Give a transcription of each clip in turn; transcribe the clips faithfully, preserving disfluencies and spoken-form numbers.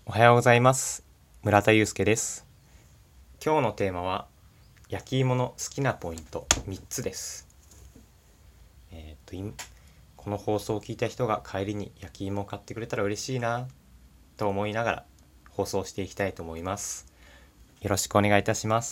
おはようございます。村田祐介です。今日のテーマは焼き芋の好きなポイントみっつです。えー、っとこの放送を聞いた人が帰りに焼き芋を買ってくれたら嬉しいなと思いながら放送していきたいと思います。よろしくお願いいたします。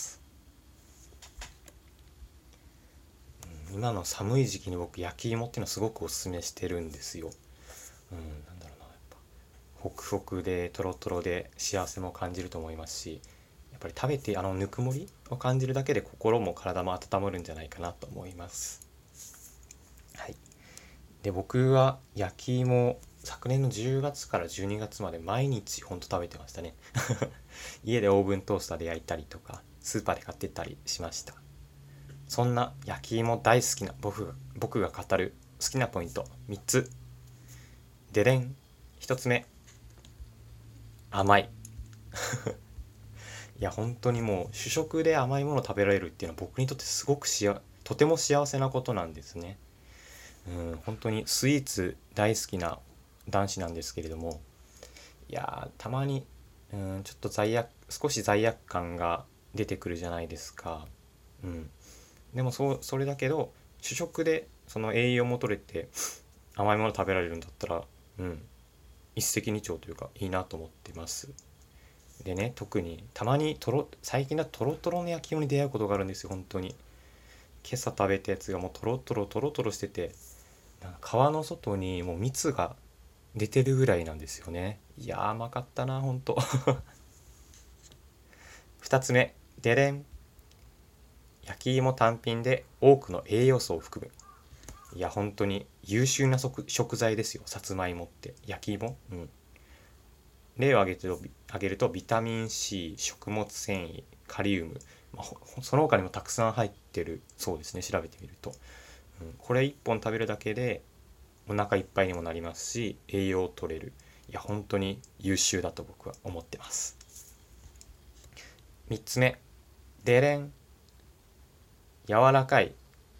今の寒い時期に僕焼き芋っていうのはすごくおすすめしてるんですよ。うん、なんだろうな、やっぱホクホクでトロトロで幸せも感じると思いますし、やっぱり食べてあのぬくもりを感じるだけで心も体も温まるんじゃないかなと思います。はい。で、僕は焼き芋昨年のじゅうがつからじゅうにがつまで毎日ほんと食べてましたね。家でオーブントースターで焼いたりとかスーパーで買ってったりしました。そんな焼き芋大好きな僕が僕が語る好きなポイントみっつ。ででん。ひとつめ、甘い。いや本当にもう主食で甘いものを食べられるっていうのは僕にとってすごくしやとても幸せなことなんですね。うん、本当にスイーツ大好きな男子なんですけれども、いやーたまに、うん、ちょっと罪悪少し罪悪感が出てくるじゃないですか。うん、でもそうそれだけど主食でその栄養も取れて甘いもの食べられるんだったら、うん、一石二鳥というかいいなと思ってます。でね、特にたまにとろ最近だとトロトロの焼き芋に出会うことがあるんですよ。本当に今朝食べたやつがもうトロトロトロトロしてて、なんか皮の外にもう蜜が出てるぐらいなんですよね。いやー甘かったな本当。ふたつめ、でれん。焼き芋単品で多くの栄養素を含む。いや本当に優秀な食食材ですよ、さつまいもって焼き芋。うん。例を挙げると挙げるとビタミン C、 食物繊維、カリウム、まあ、その他にもたくさん入ってるそうですね、調べてみると。うん、これいっぽん食べるだけでお腹いっぱいにもなりますし栄養を取れる。いや本当に優秀だと僕は思ってます。みっつめ、でれん。柔らかい。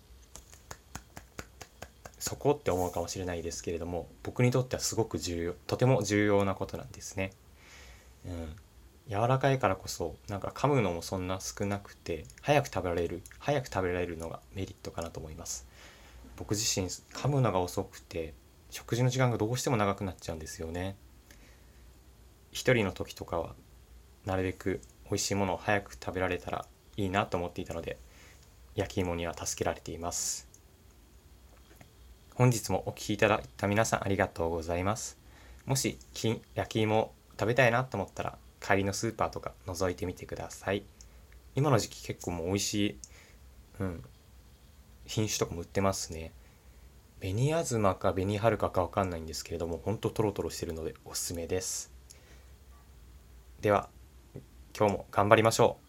そこって思うかもしれないですけれども、僕にとってはすごく重要とても重要なことなんですね。うん、柔らかいからこそなんか噛むのもそんな少なくて早く食べられる早く食べられるのがメリットかなと思います。僕自身噛むのが遅くて食事の時間がどうしても長くなっちゃうんですよね。一人の時とかはなるべく美味しいものを早く食べられたらいいなと思っていたので、焼き芋には助けられています。本日もお聞きいただいた皆さんありがとうございます。もし焼き芋食べたいなと思ったら帰りのスーパーとか覗いてみてください。今の時期結構もう美味しい、うん、品種とかも売ってますね。紅あずまか紅はるかかわかんないんですけれども、ほんとトロトロしてるのでおすすめです。では今日も頑張りましょう。